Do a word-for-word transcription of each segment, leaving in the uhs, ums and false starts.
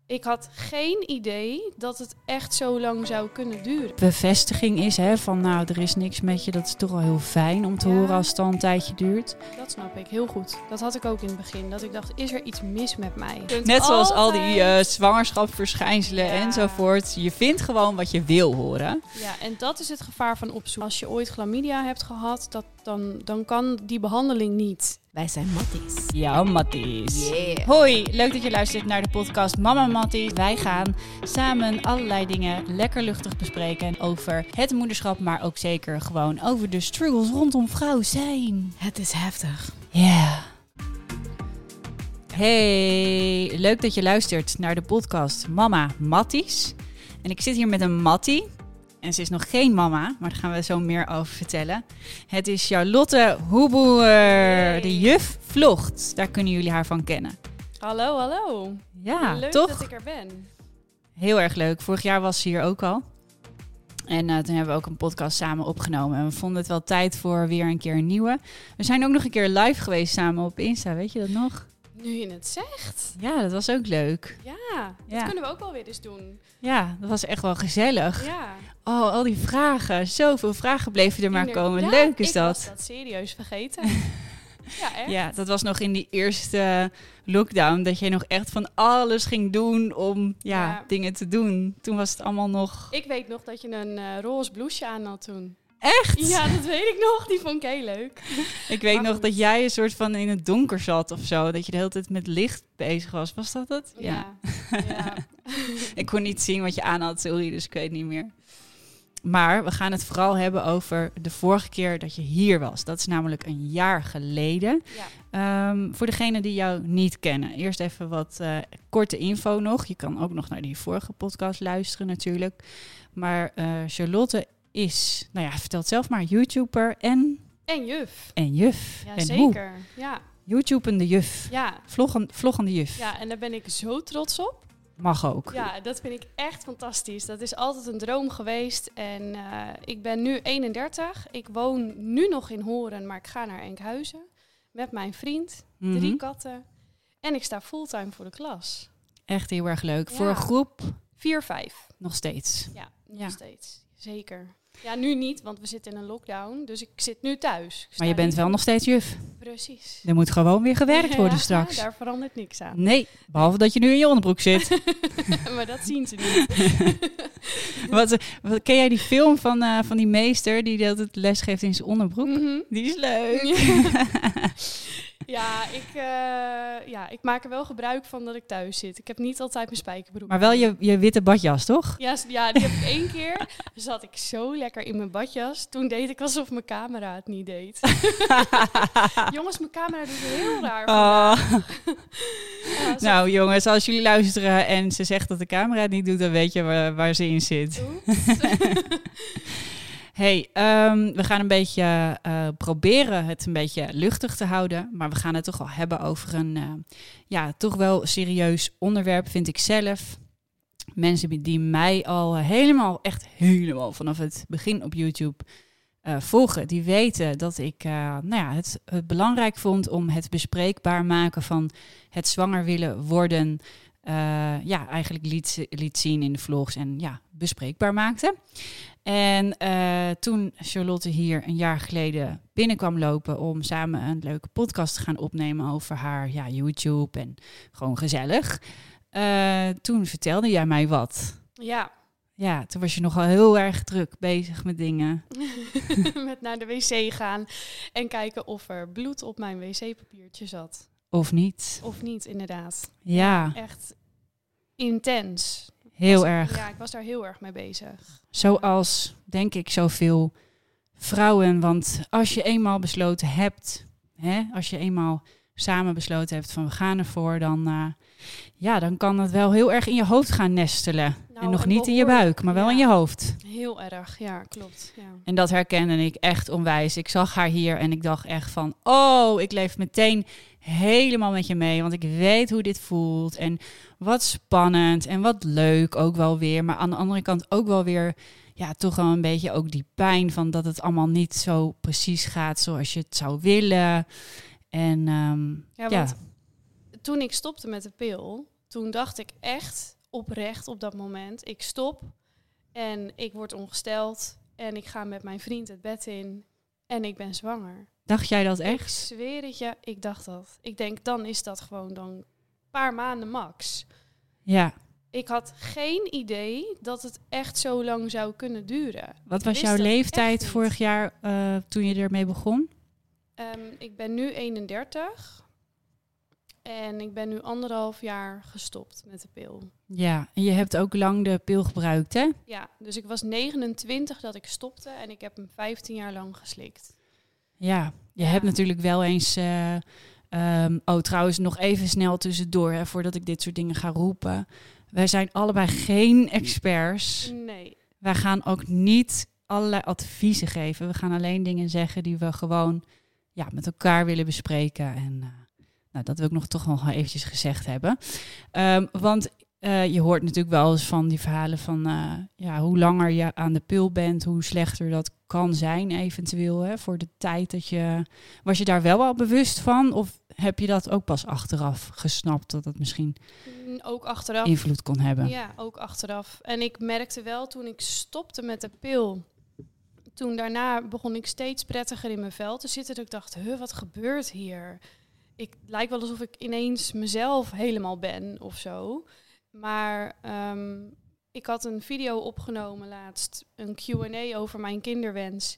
Ik had geen idee dat het echt zo lang zou kunnen duren. Bevestiging is hè, van nou, er is niks met je. Dat is toch wel heel fijn om te Ja. horen als het al een tijdje duurt. Dat snap ik heel goed. Dat had ik ook in het begin. Dat ik dacht, is er iets mis met mij? Net zoals al die Altijd- uh, zwangerschapsverschijnselen Ja. enzovoort. Je vindt gewoon wat je wil horen. Ja, en dat is het gevaar van opzoeken. Als je ooit chlamydia hebt gehad, dat, dan, dan kan die behandeling niet. Wij zijn Matties. Ja, Matties. Yeah. Hoi, leuk dat je luistert naar de podcast Mama Matties. Wij gaan samen allerlei dingen lekker luchtig bespreken over het moederschap, maar ook zeker gewoon over de struggles rondom vrouw zijn. Het is heftig. Ja. Yeah. Hey, leuk dat je luistert naar de podcast Mama Matties. En ik zit hier met een Mattie. En ze is nog geen mama, maar daar gaan we zo meer over vertellen. Het is Charlotte Hoeboer, Hey. de juf vlogt. Daar kunnen jullie haar van kennen. Hallo, hallo. Ja, Leuk toch? dat ik er ben. Heel erg leuk. Vorig jaar was ze hier ook al. En uh, toen hebben we ook een podcast samen opgenomen. En we vonden het wel tijd voor weer een keer een nieuwe. We zijn ook nog een keer live geweest samen op Insta, weet je dat nog? Nu je het zegt. Ja, dat was ook leuk. Ja, dat Ja. kunnen we ook wel weer eens doen. Ja, dat was echt wel gezellig. Ja. Oh, al die vragen. Zoveel vragen bleven er maar Inder- komen. Ja, Leuk is ik dat. was dat serieus vergeten. Ja, echt. Ja, dat was nog in die eerste lockdown. Dat je nog echt van alles ging doen om ja, Ja. dingen te doen. Toen was het allemaal nog... Ik weet nog dat je een uh, roze blouseje aan had toen. Echt? Ja, dat weet ik nog. Die vond ik heel leuk. Ik weet Maar nog goed. dat jij een soort van in het donker zat of zo. Dat je de hele tijd met licht bezig was. Was dat het? Ja. ja. Ik kon niet zien wat je aan had, sorry, dus ik weet niet meer. Maar we gaan het vooral hebben over de vorige keer dat je hier was. Dat is namelijk een jaar geleden. ja. Um, voor degenen die jou niet kennen. Eerst even wat uh, korte info nog. Je kan ook nog naar die vorige podcast luisteren natuurlijk. Maar uh, Charlotte is, nou ja, vertelt zelf maar, YouTuber en, En juf. en juf. Ja, en hoe? zeker. Ja. YouTubende juf. Ja. Vloggen, vloggende juf. ja, en daar ben ik zo trots op. Mag ook. Ja, dat vind ik echt fantastisch. Dat is altijd een droom geweest. En uh, ik ben nu eenendertig. Ik woon nu nog in Horen, maar ik ga naar Enkhuizen. Met mijn vriend, Mm-hmm. drie katten. En ik sta fulltime voor de klas. Echt heel erg leuk. Ja. Voor een groep Vier, vijf. nog steeds. Ja, nog Ja. steeds. Zeker. Ja, nu niet, want we zitten in een lockdown. Dus ik zit nu thuis. Ik sta Maar je bent niet- wel nog steeds juf. Precies. Er moet gewoon weer gewerkt worden Ja, straks. daar verandert niks aan. Nee, behalve dat je nu in je onderbroek zit. Maar dat zien ze niet. wat, wat, ken jij die film van, uh, van die meester die de hele tijd les geeft in zijn onderbroek? Mhm. Die is leuk. Ja, ik, uh, ja, ik maak er wel gebruik van dat ik thuis zit. Ik heb niet altijd mijn spijkerbroek. Maar wel je, je witte badjas, toch? Ja, s- ja, die heb ik één keer. Zat ik zo lekker in mijn badjas. Toen deed ik alsof mijn camera het niet deed. Jongens, mijn camera doet heel raar vandaag. Oh. Ja, zo- Nou jongens, als jullie luisteren en ze zegt dat de camera het niet doet, dan weet je waar, waar ze in zit. Oeps. Hey, um, we gaan een beetje uh, proberen het een beetje luchtig te houden. Maar we gaan het toch wel hebben over een uh, ja, toch wel serieus onderwerp, vind ik zelf. Mensen die mij al helemaal, echt helemaal vanaf het begin op YouTube uh, volgen, die weten dat ik uh, nou ja, het, het belangrijk vond om het bespreekbaar maken van het zwanger willen worden. Uh, ja, eigenlijk liet, liet zien in de vlogs en ja, bespreekbaar maakte. En uh, toen Charlotte hier een jaar geleden binnenkwam lopen om samen een leuke podcast te gaan opnemen over haar ja, YouTube en gewoon gezellig. Uh, toen vertelde jij mij wat. Ja. Ja, toen was je nogal heel erg druk bezig met dingen. Met naar de wc gaan en kijken of er bloed op mijn wc-papiertje zat. Of niet. Of niet, inderdaad. Ja. Echt intens. Heel Was- erg. Ja, ik was daar heel erg mee bezig. Zoals, denk ik, zoveel vrouwen. Want als je eenmaal besloten hebt, hè, als je eenmaal samen besloten hebt van we gaan ervoor, dan, uh, ja, dan kan het wel heel erg in je hoofd gaan nestelen. Nou, en nog en niet in je behoorlijk, buik, maar wel ja. in je hoofd. Heel erg, ja, klopt. Ja. En dat herkende ik echt onwijs. Ik zag haar hier en ik dacht echt van, oh, ik leef meteen helemaal met je mee. Want ik weet hoe dit voelt en wat spannend en wat leuk ook wel weer. Maar aan de andere kant ook wel weer, ja, toch wel een beetje ook die pijn van dat het allemaal niet zo precies gaat zoals je het zou willen. En um, Ja, ja, want toen ik stopte met de pil, toen dacht ik echt oprecht op dat moment, ik stop en ik word ongesteld en ik ga met mijn vriend het bed in en ik ben zwanger. Dacht jij dat Ik echt? zweer het je, ik dacht dat. Ik denk, dan is dat gewoon dan een paar maanden max. Ja. Ik had geen idee dat het echt zo lang zou kunnen duren. Wat Ik was wist jouw dat echt leeftijd niet. vorig jaar uh, toen je ermee begon? Um, ik ben nu eenendertig en ik ben nu anderhalf jaar gestopt met de pil. Ja, en je hebt ook lang de pil gebruikt, hè? Ja, dus ik was negenentwintig dat ik stopte en ik heb hem vijftien jaar lang geslikt. Ja, je Ja. hebt natuurlijk wel eens... Uh, um, oh, trouwens, nog even snel tussendoor, hè, voordat ik dit soort dingen ga roepen. Wij zijn allebei geen experts. Nee. Wij gaan ook niet allerlei adviezen geven. We gaan alleen dingen zeggen die we gewoon ja, met elkaar willen bespreken. En uh, nou, dat wil ik nog toch nog eventjes gezegd hebben. Um, want uh, je hoort natuurlijk wel eens van die verhalen van uh, ja, hoe langer je aan de pil bent, hoe slechter dat kan zijn eventueel. Hè, voor de tijd dat je... Was je daar wel al bewust van? Of heb je dat ook pas achteraf gesnapt dat het misschien... Ook achteraf. invloed kon hebben. Ja, ook achteraf. En ik merkte wel toen ik stopte met de pil, toen daarna begon ik steeds prettiger in mijn vel te zitten. Dat ik dacht, huh, wat gebeurt hier? Ik het lijkt wel alsof ik ineens mezelf helemaal ben of zo. Maar um, ik had een video opgenomen laatst, een Q en A over mijn kinderwens.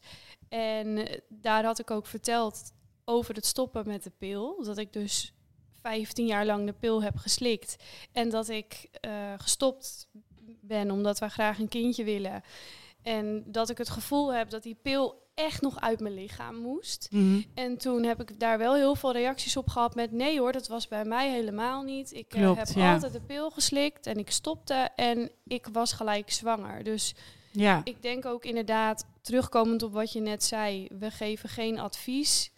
En daar had ik ook verteld over het stoppen met de pil. Dat ik dus vijftien jaar lang de pil heb geslikt. En dat ik uh, gestopt ben omdat wij graag een kindje willen. En dat ik het gevoel heb dat die pil echt nog uit mijn lichaam moest. Mm-hmm. En toen heb ik daar wel heel veel reacties op gehad met... nee hoor, dat was bij mij helemaal niet. Ik uh, Klopt, heb ja. altijd de pil geslikt en ik stopte en ik was gelijk zwanger. Dus ja. ik denk ook inderdaad, terugkomend op wat je net zei... we geven geen advies...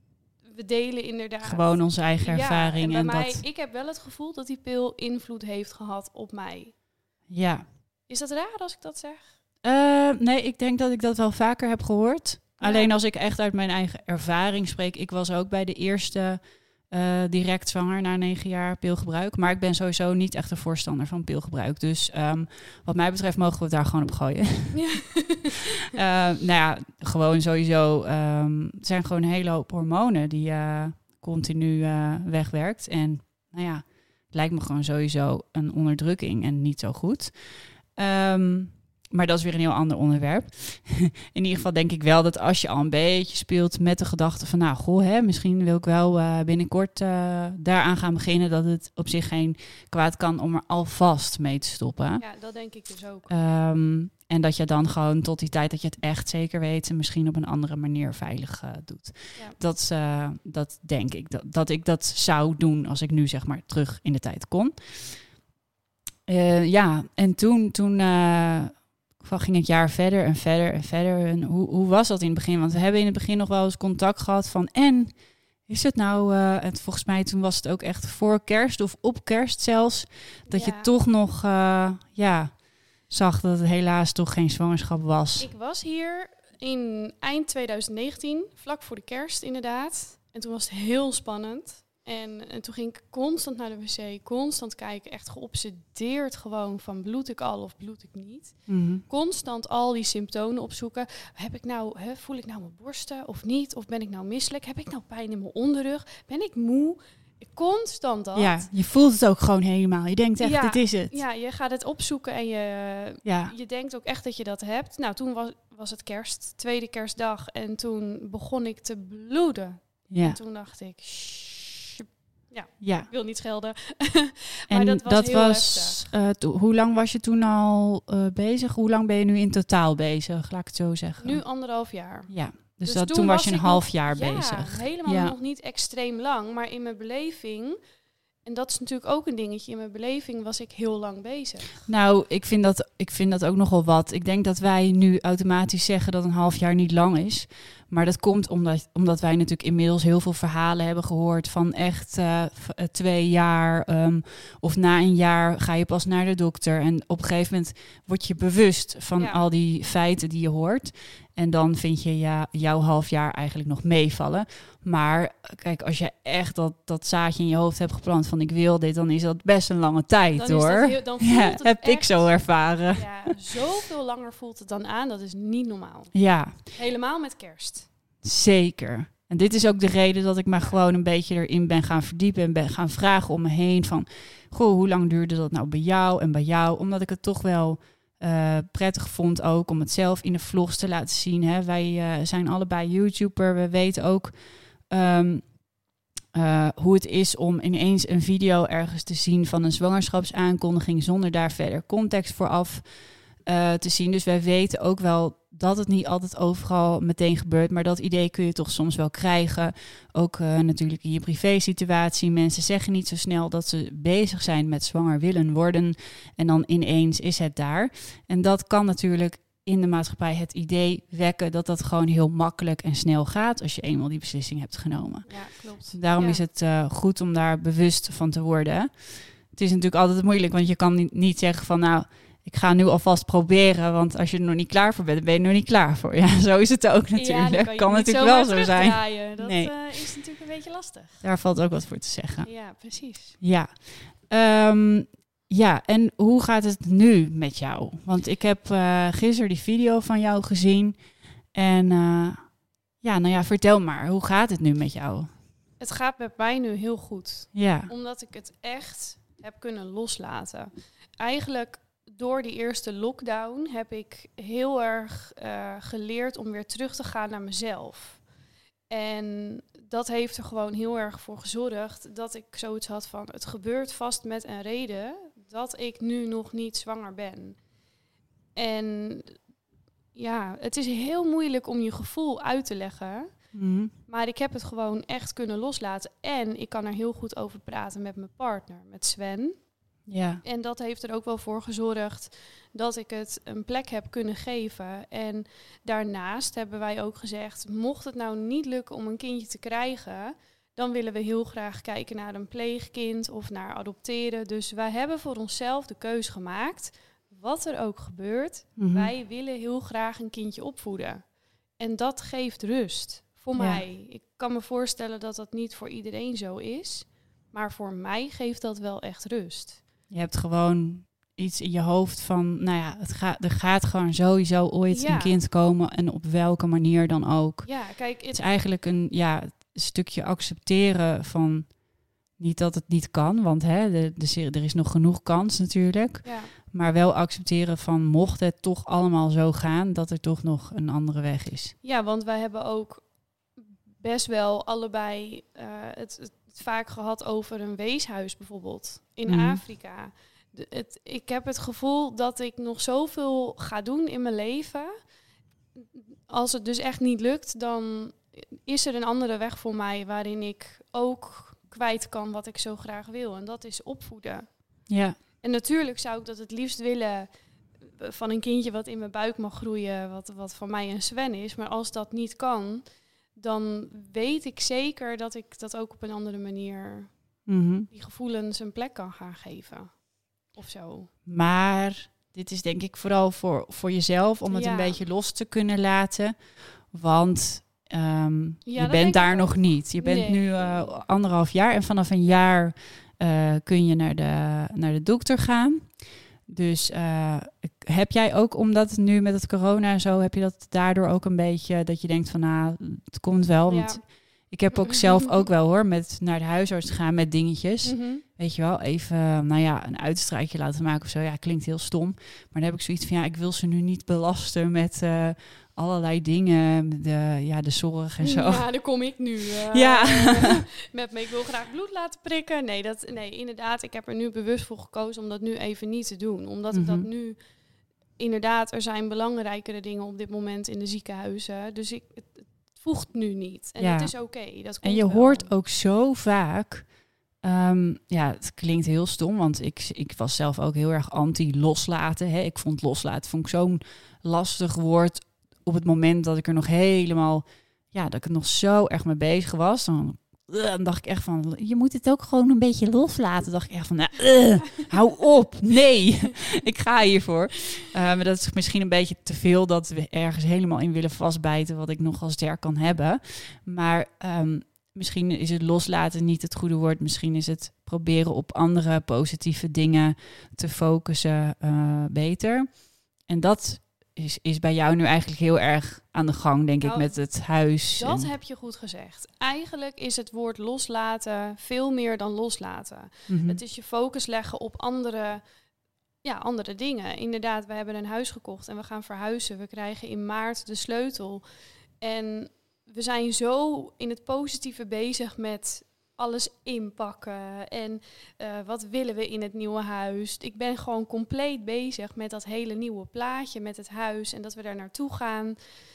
We delen inderdaad... Gewoon onze eigen ervaring. Ja, en en bij mij, dat... ik heb wel het gevoel dat die pil invloed heeft gehad op mij. Ja. Is dat raar als ik dat zeg? Uh, nee, ik denk dat ik dat wel vaker heb gehoord. Ja. Alleen als ik echt uit mijn eigen ervaring spreek... Ik was ook bij de eerste uh, direct zwanger na negen jaar pilgebruik. Maar ik ben sowieso niet echt een voorstander van pilgebruik. Dus um, wat mij betreft mogen we het daar gewoon op gooien. Ja. uh, nou ja, gewoon sowieso... Um, het zijn gewoon een hele hoop hormonen die je uh, continu uh, wegwerkt. En nou ja, het lijkt me gewoon sowieso een onderdrukking en niet zo goed. Um, Maar dat is weer een heel ander onderwerp. In ieder geval denk ik wel dat als je al een beetje speelt met de gedachte van... nou, goh, hè, misschien wil ik wel uh, binnenkort uh, daaraan gaan beginnen... dat het op zich geen kwaad kan om er alvast mee te stoppen. Ja, dat denk ik dus ook. Um, en dat je dan gewoon tot die tijd dat je het echt zeker weet... en misschien op een andere manier veilig uh, doet. Ja. Dat, uh, dat denk ik. Dat, dat ik dat zou doen als ik nu zeg maar terug in de tijd kon. Uh, ja, en toen... toen uh, ging het jaar verder en verder en verder. En hoe, hoe was dat in het begin? Want we hebben in het begin nog wel eens contact gehad van... en is het nou... Uh, en volgens mij toen was het ook echt voor kerst of op kerst zelfs... dat ja. je toch nog uh, ja, zag dat het helaas toch geen zwangerschap was. Ik was hier in eind twintig negentien, vlak voor de kerst inderdaad. En toen was het heel spannend... En, en toen ging ik constant naar de wc, constant kijken, echt geobsedeerd gewoon van bloed ik al of bloed ik niet. Mm-hmm. Constant al die symptomen opzoeken. Heb ik nou, hè, voel ik nou mijn borsten of niet? Of ben ik nou misselijk? Heb ik nou pijn in mijn onderrug? Ben ik moe? Constant dat. Ja, je voelt het ook gewoon helemaal. Je denkt echt, ja, dit is het. Ja, je gaat het opzoeken en je, ja. je denkt ook echt dat je dat hebt. Nou, toen was, was het kerst, tweede kerstdag. En toen begon ik te bloeden. Ja. En toen dacht ik... Ja, ja, ik wil niet schelden. maar en dat was, dat heel was uh, to- hoe lang was je toen al uh, bezig? Hoe lang ben je nu in totaal bezig, laat ik het zo zeggen? Nu anderhalf jaar. Ja, dus, dus dat, toen, toen was je een half nog, jaar ja, bezig. Helemaal ja. nog niet extreem lang, maar in mijn beleving... En dat is natuurlijk ook een dingetje. In mijn beleving was ik heel lang bezig. Nou, ik vind dat, ik vind dat ook nogal wat. Ik denk dat wij nu automatisch zeggen dat een half jaar niet lang is. Maar dat komt omdat, omdat wij natuurlijk inmiddels heel veel verhalen hebben gehoord... van echt uh, twee jaar um, of na een jaar ga je pas naar de dokter. En op een gegeven moment word je bewust van ja. al die feiten die je hoort. En dan vind je ja, jouw half jaar eigenlijk nog meevallen. Maar kijk, als je echt dat, dat zaadje in je hoofd hebt geplant van ik wil dit, dan is dat best een lange tijd Dan is hoor. dat heel- dan voelt Ja, het heb ik echt- zo ervaren. Ja, zoveel langer voelt het dan aan. Dat is niet normaal. Ja, Helemaal met kerst. zeker. En dit is ook de reden dat ik me gewoon een beetje erin ben gaan verdiepen en ben gaan vragen om me heen van, goh, hoe lang duurde dat nou bij jou en bij jou? Omdat ik het toch wel uh, prettig vond ook om het zelf in de vlogs te laten zien. Hè. Wij uh, zijn allebei YouTuber. We weten ook um, uh, hoe het is om ineens een video ergens te zien van een zwangerschapsaankondiging zonder daar verder context vooraf uh, te zien. Dus wij weten ook wel dat het niet altijd overal meteen gebeurt, maar dat idee kun je toch soms wel krijgen. Ook uh, natuurlijk in je privésituatie. Mensen zeggen niet zo snel dat ze bezig zijn met zwanger willen worden en dan ineens is het daar. En dat kan natuurlijk in de maatschappij het idee wekken dat dat gewoon heel makkelijk en snel gaat als je eenmaal die beslissing hebt genomen. Ja, klopt. Daarom ja. is het uh, goed om daar bewust van te worden. Het is natuurlijk altijd moeilijk, want je kan niet, niet zeggen van nou, ik ga nu alvast proberen, want als je er nog niet klaar voor bent, dan ben je er nog niet klaar voor. Ja, zo is het ook natuurlijk. Ja, kan kan natuurlijk wel zo zijn. Dat nee. uh, is natuurlijk een beetje lastig. Daar valt ook wat voor te zeggen. Ja, precies. Ja. Um, ja, en hoe gaat het nu met jou? Want ik heb uh, gisteren die video van jou gezien. En uh, ja, nou ja, vertel maar. Hoe gaat het nu met jou? Het gaat met mij nu heel goed. Ja. Omdat ik het echt heb kunnen loslaten. Eigenlijk door die eerste lockdown heb ik heel erg uh, geleerd om weer terug te gaan naar mezelf. En dat heeft er gewoon heel erg voor gezorgd dat ik zoiets had van, het gebeurt vast met een reden dat ik nu nog niet zwanger ben. En ja, het is heel moeilijk om je gevoel uit te leggen. Mm-hmm. Maar ik heb het gewoon echt kunnen loslaten. En ik kan er heel goed over praten met mijn partner, met Sven. Ja. En dat heeft er ook wel voor gezorgd dat ik het een plek heb kunnen geven. En daarnaast hebben wij ook gezegd, mocht het nou niet lukken om een kindje te krijgen, dan willen we heel graag kijken naar een pleegkind of naar adopteren. Dus wij hebben voor onszelf de keus gemaakt, wat er ook gebeurt, Mm-hmm. wij willen heel graag een kindje opvoeden. En dat geeft rust voor Ja. mij. Ik kan me voorstellen dat dat niet voor iedereen zo is, maar voor mij geeft dat wel echt rust. Je hebt gewoon iets in je hoofd van, nou ja, het gaat, er gaat gewoon sowieso ooit Ja. een kind komen en op welke manier dan ook. Ja, kijk, Het het is eigenlijk een ja, een stukje accepteren van, niet dat het niet kan, want hè, de, de, er is nog genoeg kans natuurlijk. ja. Maar wel accepteren van, mocht het toch allemaal zo gaan, dat er toch nog een andere weg is. Ja, want wij hebben ook best wel allebei uh, het, het vaak gehad over een weeshuis bijvoorbeeld in Mhm. Afrika. De, het, ik heb het gevoel dat ik nog zoveel ga doen in mijn leven. Als het dus echt niet lukt, dan is er een andere weg voor mij waarin ik ook kwijt kan wat ik zo graag wil. En dat is opvoeden. Ja, En natuurlijk zou ik dat het liefst willen van een kindje wat in mijn buik mag groeien, wat, wat van mij een Sven is. Maar als dat niet kan, dan weet ik zeker dat ik dat ook op een andere manier, mm-hmm. die gevoelens een plek kan gaan geven. Of zo. Maar dit is denk ik vooral voor, voor jezelf, om het Ja. een beetje los te kunnen laten. Want um, Ja, je dat denk bent daar ik nog ook. niet. Je bent Nee. nu uh, anderhalf jaar en vanaf een jaar uh, kun je naar de, naar de dokter gaan. Dus uh, heb jij ook, omdat nu met het corona en zo, heb je dat daardoor ook een beetje, dat je denkt van, nou, het komt wel. Want Ja. ik heb ook zelf ook wel hoor, met naar de huisarts gaan met dingetjes. Mm-hmm. Weet je wel, even, nou ja, een uitstraatje laten maken of zo. Ja, klinkt heel stom. Maar dan heb ik zoiets van, ja, ik wil ze nu niet belasten met uh, allerlei dingen. De, ja, de zorg en zo. Ja, daar kom ik nu. Uh, Ja. met me, ik wil graag bloed laten prikken. Nee, dat, nee, inderdaad, ik heb er nu bewust voor gekozen om dat nu even niet te doen. Omdat ik Mm-hmm. dat nu, inderdaad, er zijn belangrijkere dingen op dit moment in de ziekenhuizen. Dus ik, het, het voegt nu niet. En Ja. het is oké. Okay, dat En komt je wel. hoort ook zo vaak, um, ja, het klinkt heel stom, want ik, ik was zelf ook heel erg anti-loslaten. Hè. Ik vond loslaten vond ik zo'n lastig woord op het moment dat ik er nog helemaal, ja, dat ik er nog zo erg mee bezig was. Dan Uh, dan dacht ik echt van, je moet het ook gewoon een beetje loslaten. Dan dacht ik echt van, nou, uh, hou op, nee, ik ga hiervoor. Uh, maar dat is misschien een beetje te veel dat we ergens helemaal in willen vastbijten, wat ik nogal sterk kan hebben. Maar um, misschien is het loslaten niet het goede woord. Misschien is het proberen op andere positieve dingen te focussen uh, beter. En dat is, is bij jou nu eigenlijk heel erg aan de gang, denk nou, ik, met het huis. Dat en... heb je goed gezegd. Eigenlijk is het woord loslaten veel meer dan loslaten. Mm-hmm. Het is je focus leggen op andere, ja, andere dingen. Inderdaad, we hebben een huis gekocht en we gaan verhuizen. We krijgen in maart de sleutel. En we zijn zo in het positieve bezig met alles inpakken en uh, wat willen we in het nieuwe huis. Ik ben gewoon compleet bezig met dat hele nieuwe plaatje, met het huis en dat we daar naartoe gaan.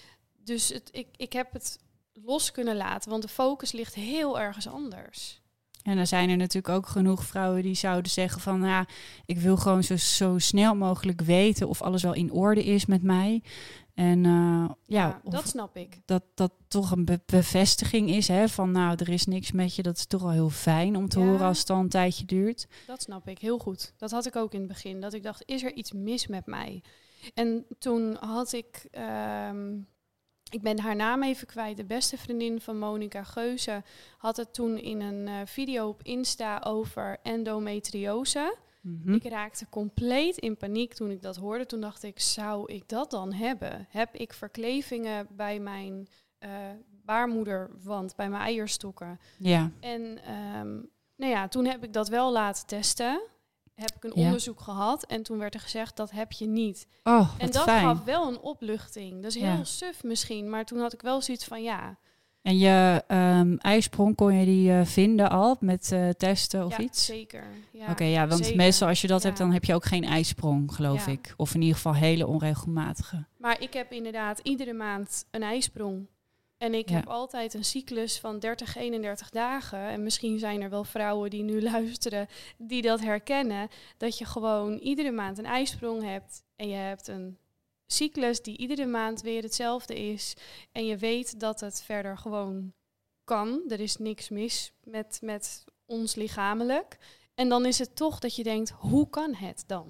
Dus het, ik, ik heb het los kunnen laten, want de focus ligt heel ergens anders. En dan zijn er natuurlijk ook genoeg vrouwen die zouden zeggen van, ja, ik wil gewoon zo, zo snel mogelijk weten of alles wel in orde is met mij. En uh, ja, ja dat snap ik. Dat dat toch een be- bevestiging is, hè, van nou, er is niks met je. Dat is toch wel heel fijn om te ja, horen als het al een tijdje duurt. Dat snap ik, heel goed. Dat had ik ook in het begin. Dat ik dacht, is er iets mis met mij? En toen had ik, um, ik ben haar naam even kwijt, de beste vriendin van Monica Geuze had het toen in een uh, video op Insta over endometriose. Mm-hmm. Ik raakte compleet in paniek toen ik dat hoorde. Toen dacht ik, zou ik dat dan hebben? Heb ik verklevingen bij mijn uh, baarmoederwand, bij mijn eierstokken? Ja. En um, nou ja, toen heb ik dat wel laten testen. Heb ik een ja. onderzoek gehad en toen werd er gezegd, dat heb je niet. Oh, en dat fijn. gaf wel een opluchting. Dat is heel ja. suf misschien, maar toen had ik wel zoiets van ja... En je um, ijsprong, kon je die uh, vinden al met uh, testen of ja, iets? Zeker. Ja, Oké, okay, ja, want zeker. meestal als je dat ja. hebt, dan heb je ook geen ijsprong, geloof ja. ik. Of in ieder geval hele onregelmatige. Maar ik heb inderdaad iedere maand een ijsprong. En ik ja. heb altijd een cyclus van dertig, eenendertig dagen. En misschien zijn er wel vrouwen die nu luisteren die dat herkennen. Dat je gewoon iedere maand een ijsprong hebt. En je hebt een cyclus die iedere maand weer hetzelfde is. En je weet dat het verder gewoon kan. Er is niks mis met, met ons lichamelijk. En dan is het toch dat je denkt, hoe kan het dan?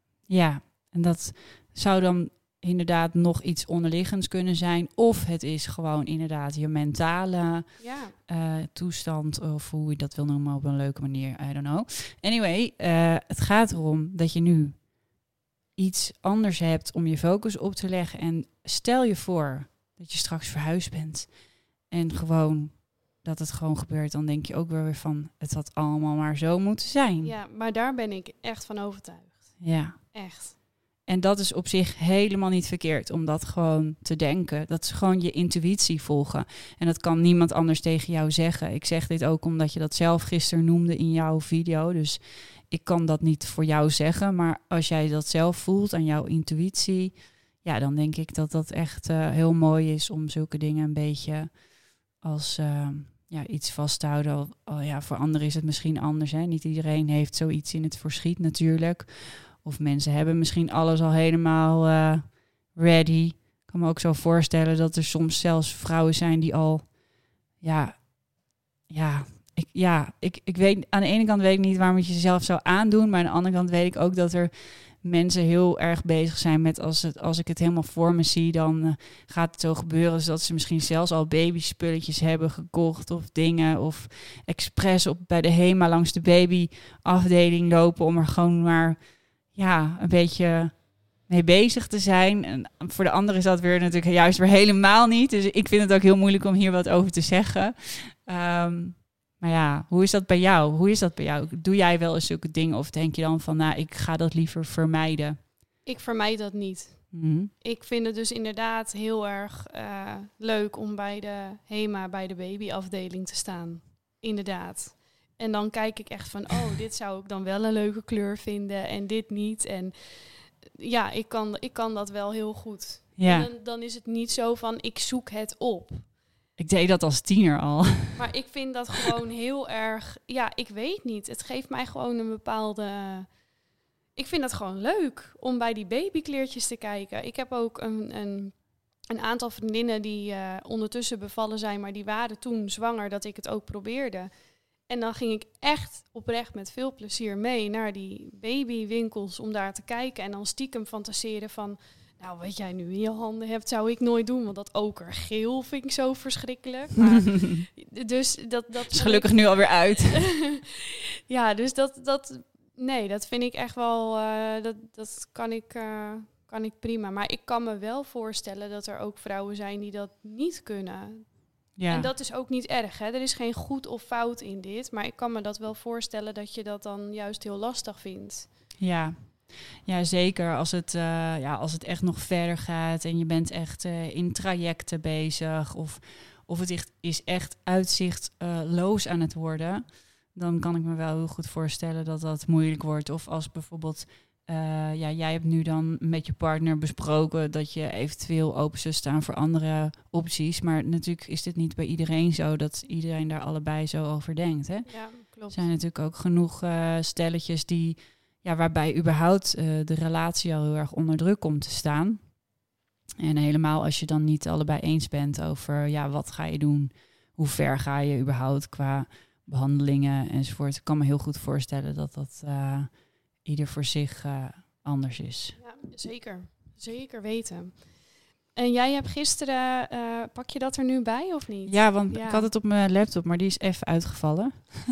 Ja, en dat zou dan inderdaad nog iets onderliggends kunnen zijn. Of het is gewoon inderdaad je mentale ja. uh, toestand. Of hoe je dat wil noemen op een leuke manier. I don't know. Anyway, uh, het gaat erom dat je nu iets anders hebt om je focus op te leggen. En stel je voor dat je straks verhuisd bent. En gewoon dat het gewoon gebeurt. Dan denk je ook weer van, het had allemaal maar zo moeten zijn. Ja, maar daar ben ik echt van overtuigd. Ja. Echt. En dat is op zich helemaal niet verkeerd om dat gewoon te denken. Dat is gewoon je intuïtie volgen. En dat kan niemand anders tegen jou zeggen. Ik zeg dit ook omdat je dat zelf gisteren noemde in jouw video. Dus ik kan dat niet voor jou zeggen. Maar als jij dat zelf voelt aan jouw intuïtie, ja, dan denk ik dat dat echt uh, heel mooi is om zulke dingen een beetje als uh, ja, iets vast te houden. Oh, ja, voor anderen is het misschien anders. Hè? Niet iedereen heeft zoiets in het verschiet natuurlijk. Of mensen hebben misschien alles al helemaal uh, ready. Ik kan me ook zo voorstellen dat er soms zelfs vrouwen zijn die al... Ja, ja, ik, ja ik, ik weet, aan de ene kant weet ik niet waarom je jezelf zou aandoen. Maar aan de andere kant weet ik ook dat er mensen heel erg bezig zijn met... als, het, als ik het helemaal voor me zie, dan uh, gaat het zo gebeuren. Dus dat ze misschien zelfs al babyspulletjes hebben gekocht of dingen. Of expres op, bij de HEMA langs de babyafdeling lopen om er gewoon maar... ja, een beetje mee bezig te zijn. En voor de anderen is dat weer natuurlijk juist weer helemaal niet. Dus ik vind het ook heel moeilijk om hier wat over te zeggen. Um, maar ja, hoe is dat bij jou? Hoe is dat bij jou? Doe jij wel eens zulke dingen? Of denk je dan van, nou, ik ga dat liever vermijden? Ik vermijd dat niet. Mm-hmm. Ik vind het dus inderdaad heel erg uh, leuk om bij de HEMA, bij de babyafdeling te staan. Inderdaad. En dan kijk ik echt van, oh, dit zou ik dan wel een leuke kleur vinden en dit niet. En ja, ik kan, ik kan dat wel heel goed. Ja. En dan, dan is het niet zo van, ik zoek het op. Ik deed dat als tiener al. Maar ik vind dat gewoon heel erg, ja, ik weet niet. Het geeft mij gewoon een bepaalde... Ik vind dat gewoon leuk om bij die babykleertjes te kijken. Ik heb ook een, een een aantal vriendinnen die uh, ondertussen bevallen zijn, maar die waren toen zwanger dat ik het ook probeerde. En dan ging ik echt oprecht met veel plezier mee naar die babywinkels om daar te kijken. En dan stiekem fantaseren van, nou wat jij nu in je handen hebt, zou ik nooit doen. Want dat okergeel vind ik zo verschrikkelijk. Maar, dus dat, dat is gelukkig ik... nu alweer uit. Ja, dus dat, dat, nee, dat vind ik echt wel, uh, dat, dat kan ik... Uh, kan ik prima. Maar ik kan me wel voorstellen dat er ook vrouwen zijn die dat niet kunnen. Ja. En dat is ook niet erg, hè? Er is geen goed of fout in dit. Maar ik kan me dat wel voorstellen dat je dat dan juist heel lastig vindt. Ja, ja zeker. Als het, uh, ja, als het echt nog verder gaat en je bent echt uh, in trajecten bezig... of, of het echt, is echt uitzichtloos uh, aan het worden... dan kan ik me wel heel goed voorstellen dat dat moeilijk wordt. Of als bijvoorbeeld... Uh, ja, jij hebt nu dan met je partner besproken dat je eventueel open zou staan voor andere opties. Maar natuurlijk is dit niet bij iedereen zo dat iedereen daar allebei zo over denkt. Hè? Ja, klopt. Er zijn natuurlijk ook genoeg uh, stelletjes die, ja, waarbij überhaupt uh, de relatie al heel erg onder druk komt te staan. En helemaal als je dan niet allebei eens bent over ja, wat ga je doen, hoe ver ga je überhaupt qua behandelingen enzovoort. Ik kan me heel goed voorstellen dat dat... Uh, ieder voor zich uh, anders is. Ja, zeker. Zeker weten. En jij hebt gisteren, uh, pak je dat er nu bij of niet? Ja, want ja. ik had het op mijn laptop, maar die is even uitgevallen.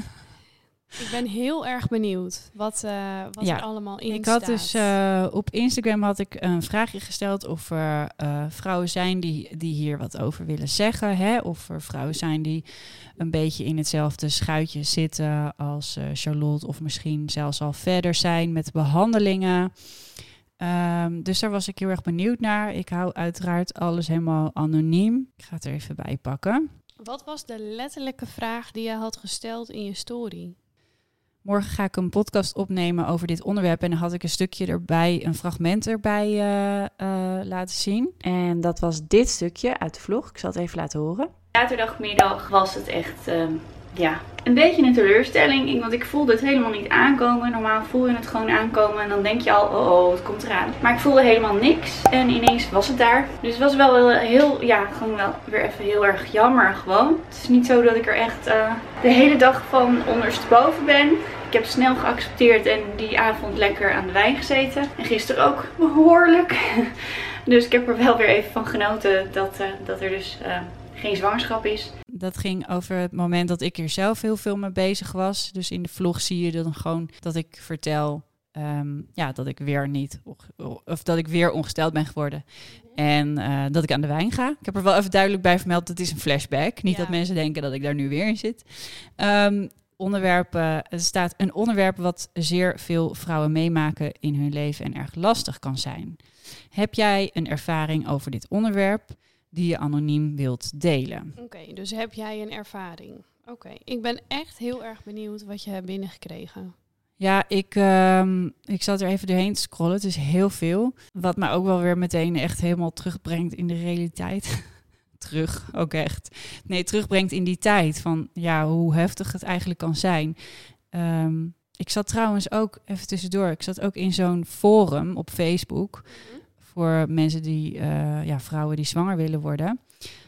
Ik ben heel erg benieuwd wat, uh, wat ja, er allemaal in ik staat. Ik had dus uh, op Instagram had ik een vraagje gesteld of er uh, vrouwen zijn die, die hier wat over willen zeggen. Hè? Of er vrouwen zijn die een beetje in hetzelfde schuitje zitten als uh, Charlotte. Of misschien zelfs al verder zijn met behandelingen. Um, dus daar was ik heel erg benieuwd naar. Ik hou uiteraard alles helemaal anoniem. Ik ga het er even bij pakken. Wat was de letterlijke vraag die je had gesteld in je story? Morgen ga ik een podcast opnemen over dit onderwerp. En dan had ik een stukje erbij, een fragment erbij uh, uh, laten zien. En dat was dit stukje uit de vlog. Ik zal het even laten horen. Zaterdagmiddag was het echt uh, ja, een beetje een teleurstelling. Want ik voelde het helemaal niet aankomen. Normaal voel je het gewoon aankomen. En dan denk je al, oh, oh het komt eraan. Maar ik voelde helemaal niks. En ineens was het daar. Dus het was wel heel, ja, gewoon wel weer even heel erg jammer gewoon. Het is niet zo dat ik er echt uh, de hele dag van ondersteboven ben. Ik heb snel geaccepteerd en die avond lekker aan de wijn gezeten. En gisteren ook behoorlijk. Dus ik heb er wel weer even van genoten dat, uh, dat er dus uh, geen zwangerschap is. Dat ging over het moment dat ik er zelf heel veel mee bezig was. Dus in de vlog zie je dan gewoon dat ik vertel um, ja, dat ik weer niet of dat ik weer ongesteld ben geworden. En uh, dat ik aan de wijn ga. Ik heb er wel even duidelijk bij vermeld, dat is een flashback. Niet ja. dat mensen denken dat ik daar nu weer in zit. Um, Onderwerpen, er staat een onderwerp wat zeer veel vrouwen meemaken in hun leven en erg lastig kan zijn. Heb jij een ervaring over dit onderwerp die je anoniem wilt delen? Oké, okay, dus heb jij een ervaring? Oké, okay. Ik ben echt heel erg benieuwd wat je hebt binnengekregen. Ja, ik, um, ik zat er even doorheen te scrollen. Het is heel veel. Wat me ook wel weer meteen echt helemaal terugbrengt in de realiteit. Terug, ook echt. Nee, terugbrengt in die tijd van ja, hoe heftig het eigenlijk kan zijn. Um, ik zat trouwens ook, even tussendoor, ik zat ook in zo'n forum op Facebook mm-hmm. voor mensen die, uh, ja, vrouwen die zwanger willen worden.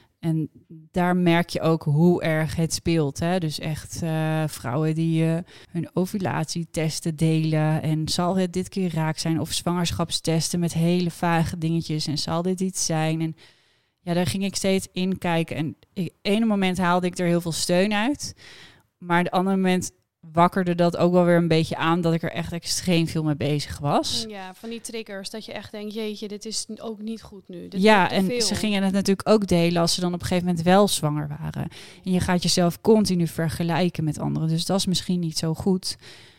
En daar merk je ook hoe erg het speelt. Hè? Dus echt uh, vrouwen die uh, hun ovulatietesten delen. En zal het dit keer raak zijn? Of zwangerschapstesten met hele vage dingetjes. En zal dit iets zijn? En ja, daar ging ik steeds in kijken. En op ene moment haalde ik er heel veel steun uit. Maar op andere moment wakkerde dat ook wel weer een beetje aan dat ik er echt extreem veel mee bezig was. Ja, van die triggers dat je echt denkt, jeetje, dit is ook niet goed nu. Dit ja, en veel. Ze gingen het natuurlijk ook delen als ze dan op een gegeven moment wel zwanger waren. En je gaat jezelf continu vergelijken met anderen. Dus dat is misschien niet zo goed.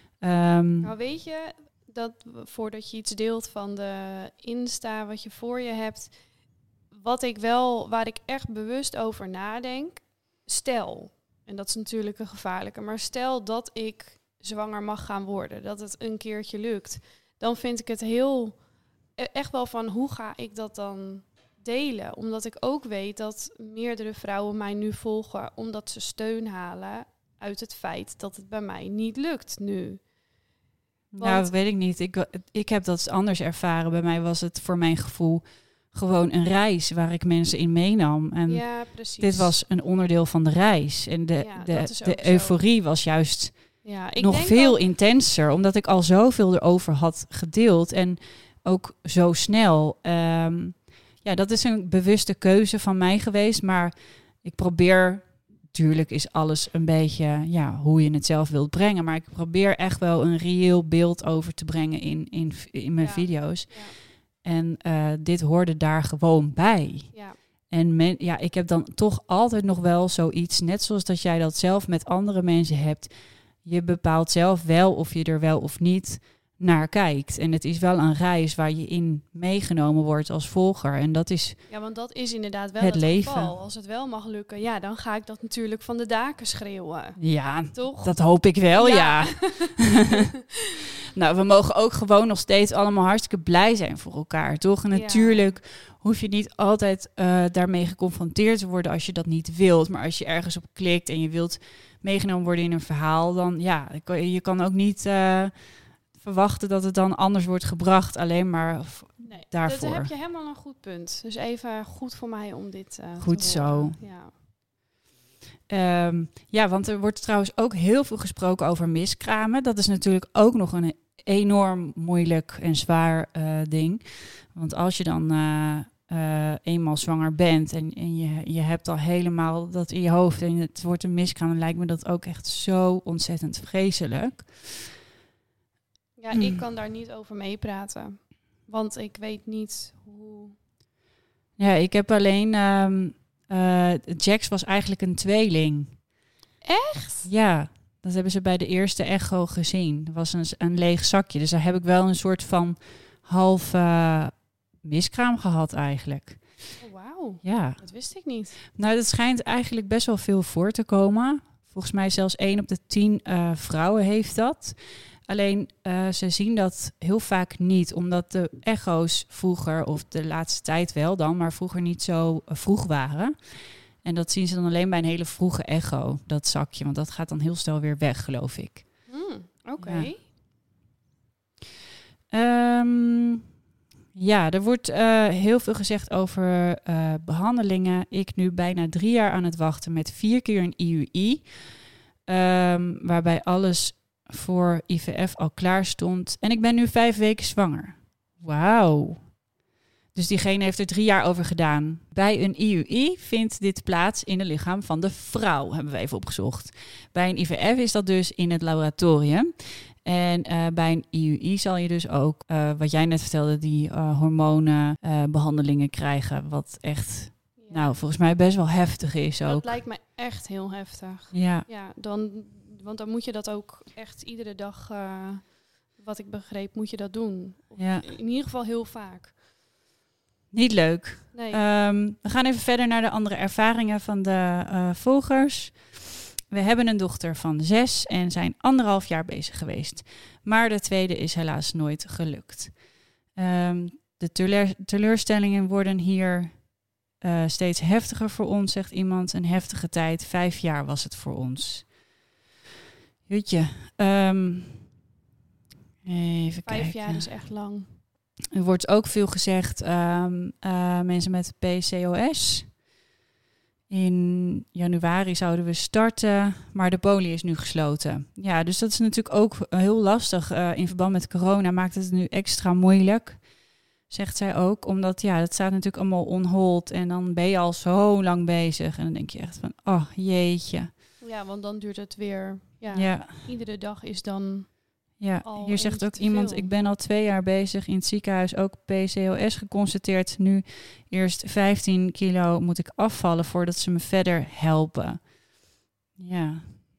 Um, nou, weet je, dat voordat je iets deelt van de Insta wat je voor je hebt, wat ik wel, waar ik echt bewust over nadenk, stel, en dat is natuurlijk een gevaarlijke, maar stel dat ik zwanger mag gaan worden, dat het een keertje lukt, dan vind ik het heel, echt wel van, hoe ga ik dat dan delen? Omdat ik ook weet dat meerdere vrouwen mij nu volgen, omdat ze steun halen uit het feit dat het bij mij niet lukt nu. Want, nou, dat weet ik niet. Ik, ik heb dat anders ervaren. Bij mij was het voor mijn gevoel gewoon een reis waar ik mensen in meenam. En Ja, precies. dit was een onderdeel van de reis. En de, Ja, de, dat is de ook zo. euforie was juist Ja, ik nog denk veel ook- intenser. Omdat ik al zoveel erover had gedeeld. En ook zo snel. Um, ja, dat is een bewuste keuze van mij geweest. Maar ik probeer... Tuurlijk is alles een beetje ja, hoe je het zelf wilt brengen. Maar ik probeer echt wel een reëel beeld over te brengen in, in, in mijn Ja. video's. Ja. En uh, dit hoorde daar gewoon bij. Ja. En men, ja, ik heb dan toch altijd nog wel zoiets, net zoals dat jij dat zelf met andere mensen hebt. Je bepaalt zelf wel of je er wel of niet naar kijkt. En het is wel een reis waar je in meegenomen wordt als volger. En dat is Ja, want dat is inderdaad wel het het, leven. geval. Als het wel mag lukken, ja, dan ga ik dat natuurlijk van de daken schreeuwen. Ja, Toch? dat hoop ik wel, ja. Ja. Nou, we mogen ook gewoon nog steeds allemaal hartstikke blij zijn voor elkaar, toch? En Ja. natuurlijk hoef je niet altijd uh, daarmee geconfronteerd te worden als je dat niet wilt. Maar als je ergens op klikt en je wilt meegenomen worden in een verhaal, dan ja, je kan ook niet uh, verwachten dat het dan anders wordt gebracht, alleen maar v- Nee, daarvoor. Dat heb je helemaal een goed punt. Dus even goed voor mij om dit uh, Goed te zo. horen. Ja. Um, ja, want er wordt trouwens ook heel veel gesproken over miskramen. Dat is natuurlijk ook nog een enorm moeilijk en zwaar uh, ding. Want als je dan uh, uh, eenmaal zwanger bent en, en je, je hebt al helemaal dat in je hoofd en het wordt een miskraam, dan lijkt me dat ook echt zo ontzettend vreselijk. Ja, ik kan daar niet over meepraten. Want ik weet niet hoe... Ja, ik heb alleen... Um, uh, Jax was eigenlijk een tweeling. Echt? Ja, dat hebben ze bij de eerste echo gezien. Het was een, een leeg zakje. Dus daar heb ik wel een soort van half uh, miskraam gehad eigenlijk. Oh, wauw, ja. Dat wist ik niet. Nou, dat schijnt eigenlijk best wel veel voor te komen. Volgens mij zelfs één op de tien uh, vrouwen heeft dat. Alleen, uh, ze zien dat heel vaak niet, omdat de echo's vroeger, of de laatste tijd wel dan, maar vroeger niet zo uh, vroeg waren. En dat zien ze dan alleen bij een hele vroege echo, dat zakje. Want dat gaat dan heel snel weer weg, geloof ik. Hmm, Oké. Okay. Ja. Um, ja, er wordt uh, heel veel gezegd over uh, behandelingen. Ik nu bijna drie jaar aan het wachten met vier keer een I U I. Um, waarbij alles voor I V F al klaar stond. En ik ben nu vijf weken zwanger. Wauw. Dus diegene heeft er drie jaar over gedaan. Bij een I U I vindt dit plaats in het lichaam van de vrouw, hebben we even opgezocht. Bij een I V F is dat dus in het laboratorium. En uh, bij een I U I zal je dus ook, uh, wat jij net vertelde, die uh, hormonenbehandelingen uh, krijgen. Wat echt, ja. nou, volgens mij best wel heftig is ook. Dat lijkt me echt heel heftig. Ja. Ja, dan, want dan moet je dat ook echt iedere dag, uh, wat ik begreep, moet je dat doen. Ja. In ieder geval heel vaak. Niet leuk. Nee. Um, we gaan even verder naar de andere ervaringen van de uh, volgers. We hebben een dochter van zes en zijn anderhalf jaar bezig geweest. Maar de tweede is helaas nooit gelukt. Um, de teleur- teleurstellingen worden hier uh, steeds heftiger voor ons, zegt iemand. Een heftige tijd. Vijf jaar was het voor ons. Jutje. Um, even Vijf kijken. jaar is echt lang. Er wordt ook veel gezegd, um, uh, mensen met P C O S. In januari zouden we starten, maar de poli is nu gesloten. Ja, dus dat is natuurlijk ook heel lastig. Uh, in verband met corona maakt het nu extra moeilijk, zegt zij ook. Omdat ja, dat staat natuurlijk allemaal on hold en dan ben je al zo lang bezig. En dan denk je echt van, oh jeetje. Ja, want dan duurt het weer, ja, Ja. iedere dag is dan... Ja, al hier zegt ook te iemand, veel. ik ben al twee jaar bezig in het ziekenhuis, ook P C O S geconstateerd. Nu eerst vijftien kilo moet ik afvallen voordat ze me verder helpen. Ja.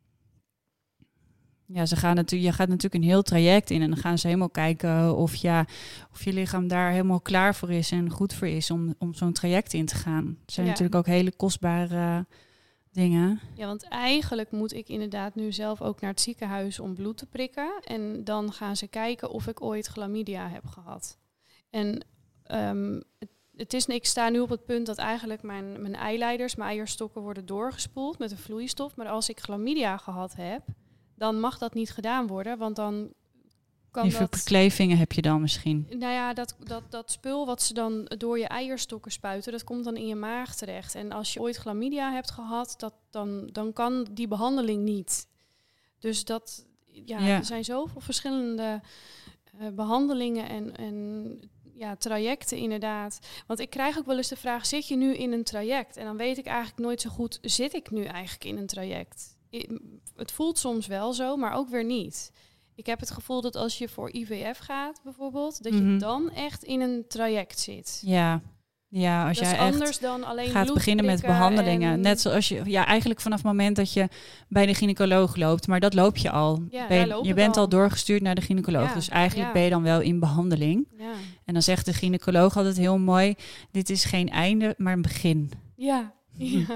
Ja, ze gaan natuurlijk, je gaat natuurlijk een heel traject in en dan gaan ze helemaal kijken of, ja, of je lichaam daar helemaal klaar voor is en goed voor is om, om zo'n traject in te gaan. Het zijn Ja. natuurlijk ook hele kostbare dingen. Ja, want eigenlijk moet ik inderdaad nu zelf ook naar het ziekenhuis om bloed te prikken. En dan gaan ze kijken of ik ooit chlamydia heb gehad. En um, het, het is, ik sta nu op het punt dat eigenlijk mijn, mijn eileiders, mijn eierstokken worden doorgespoeld met een vloeistof. Maar als ik chlamydia gehad heb, dan mag dat niet gedaan worden. Want dan kan Die dat... verklevingen heb je dan misschien. Nou ja, dat, dat, dat spul wat ze dan door je eierstokken spuiten, dat komt dan in je maag terecht. En als je ooit chlamydia hebt gehad, dat, dan, dan kan die behandeling niet. Dus dat, ja, Ja. er zijn zoveel verschillende uh, behandelingen en, en ja, trajecten inderdaad. Want ik krijg ook wel eens de vraag, zit je nu in een traject? En dan weet ik eigenlijk nooit zo goed, zit ik nu eigenlijk in een traject? I- het voelt soms wel zo, maar ook weer niet. Ik heb het gevoel dat als je voor I V F gaat bijvoorbeeld, dat Mhm. je dan echt in een traject zit. Ja, ja als Dat is jij echt anders dan alleen gaat bloed beginnen met prikken behandelingen. en- Net zoals je, ja, eigenlijk vanaf het moment dat je bij de gynaecoloog loopt, maar dat loop je al. Ja, Ben je, daar loop je ik bent al. al doorgestuurd naar de gynaecoloog. Ja, Dus eigenlijk ja. ben je dan wel in behandeling. Ja. En dan zegt de gynaecoloog altijd heel mooi, dit is geen einde, maar een begin. Ja. Ja.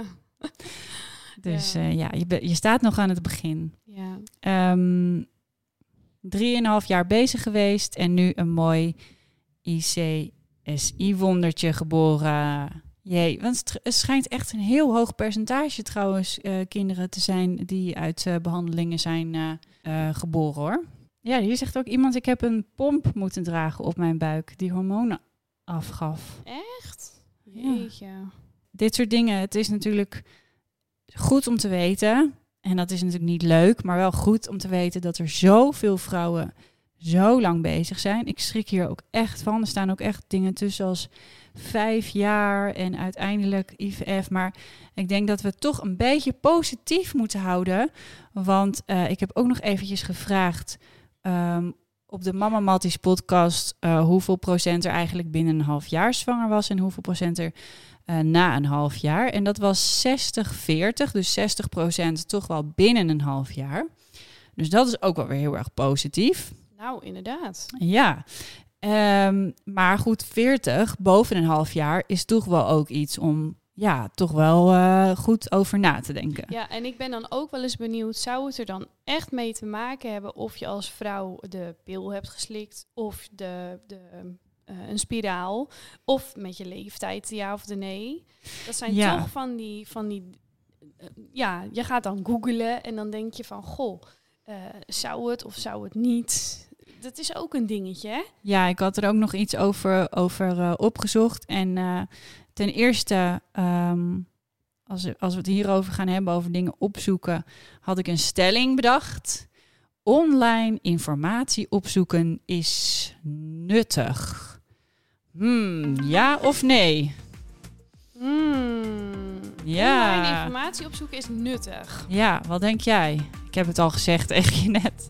Dus Ja. ja, ja je, be- je staat nog aan het begin. Ja. Ehm drieënhalf jaar bezig geweest en nu een mooi I C S I-wondertje geboren. Jee, want het, het schijnt echt een heel hoog percentage trouwens eh, kinderen te zijn die uit eh, behandelingen zijn eh, eh, geboren hoor. Ja, hier zegt ook iemand, ik heb een pomp moeten dragen op mijn buik die hormonen afgaf. Echt? Ja. Jeetje. Dit soort dingen, het is natuurlijk goed om te weten. En dat is natuurlijk niet leuk, maar wel goed om te weten dat er zoveel vrouwen zo lang bezig zijn. Ik schrik hier ook echt van. Er staan ook echt dingen tussen als vijf jaar en uiteindelijk I V F. Maar ik denk dat we het toch een beetje positief moeten houden. Want uh, ik heb ook nog eventjes gevraagd um, op de Mama Matties podcast uh, hoeveel procent er eigenlijk binnen een half jaar zwanger was en hoeveel procent er Uh, na een half jaar. En dat was zestig veertig, dus zestig procent toch wel binnen een half jaar. Dus dat is ook wel weer heel erg positief. Nou, inderdaad. Ja, um, maar goed, veertig boven een half jaar is toch wel ook iets om ja, toch wel uh, goed over na te denken. Ja, en ik ben dan ook wel eens benieuwd, zou het er dan echt mee te maken hebben of je als vrouw de pil hebt geslikt of de... de Uh, een spiraal, of met je leeftijd, ja of de nee. Dat zijn ja. toch van die, van die uh, ja, je gaat dan googlen en dan denk je van, goh, uh, zou het of zou het niet? Dat is ook een dingetje, hè? Ja, ik had er ook nog iets over, over uh, opgezocht. En uh, ten eerste, um, als, als we het hierover gaan hebben, over dingen opzoeken, had ik een stelling bedacht. Online informatie opzoeken is nuttig. Hmm, ja of nee? Hmm. Ja. Online informatie opzoeken is nuttig. Ja, wat denk jij? Ik heb het al gezegd tegen je net.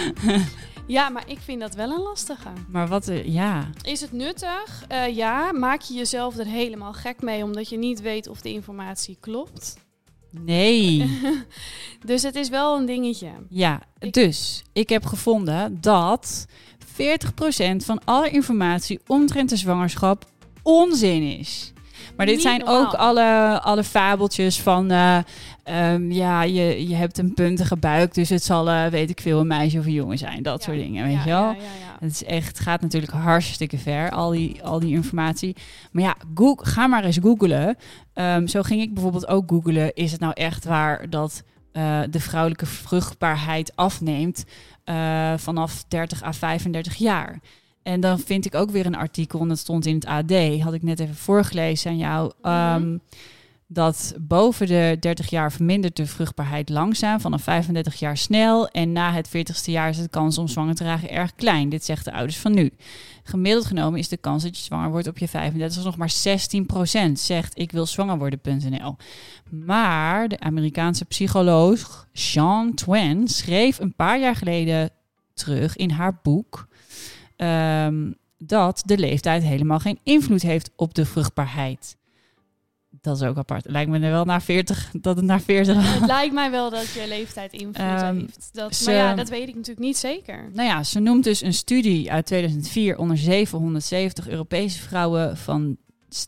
Ja, maar ik vind dat wel een lastige. Maar wat, uh, ja. Is het nuttig? Uh, ja. Maak je jezelf er helemaal gek mee omdat je niet weet of de informatie klopt? Nee. Dus het is wel een dingetje. Ja, ik... dus ik heb gevonden dat veertig procent van alle informatie omtrent de zwangerschap onzin is. Maar dit Niet zijn normaal. ook alle, alle fabeltjes van... Uh, um, ja, je, je hebt een puntige buik, dus het zal, uh, weet ik veel, een meisje of een jongen zijn. Dat ja. soort dingen, weet ja, je wel? Ja, ja, ja. Het is echt, gaat natuurlijk hartstikke ver, al die, al die informatie. Maar ja, Google, ga maar eens googlen. Um, zo ging ik bijvoorbeeld ook googlen. Is het nou echt waar dat uh, de vrouwelijke vruchtbaarheid afneemt uh, vanaf dertig à vijfendertig jaar? En dan vind ik ook weer een artikel, en dat stond in het A D, had ik net even voorgelezen aan jou, um, mm-hmm. dat boven de dertig jaar vermindert de vruchtbaarheid langzaam, vanaf vijfendertig jaar snel. En na het veertigste jaar is de kans om zwanger te raken erg klein. Dit zegt de ouders van nu. Gemiddeld genomen is de kans dat je zwanger wordt op je vijfendertigste nog maar zestien procent, zegt ik wil zwanger worden punt n l. Maar de Amerikaanse psycholoog Sean Twain schreef een paar jaar geleden terug in haar boek Um, dat de leeftijd helemaal geen invloed heeft op de vruchtbaarheid. Dat is ook apart. Lijkt me er wel naar veertig, dat het naar veertig... Het lijkt mij wel dat je leeftijd invloed um, heeft. Dat, ze, maar ja, dat weet ik natuurlijk niet zeker. Nou ja, ze noemt dus een studie uit tweeduizend vier onder zevenhonderdzeventig Europese vrouwen van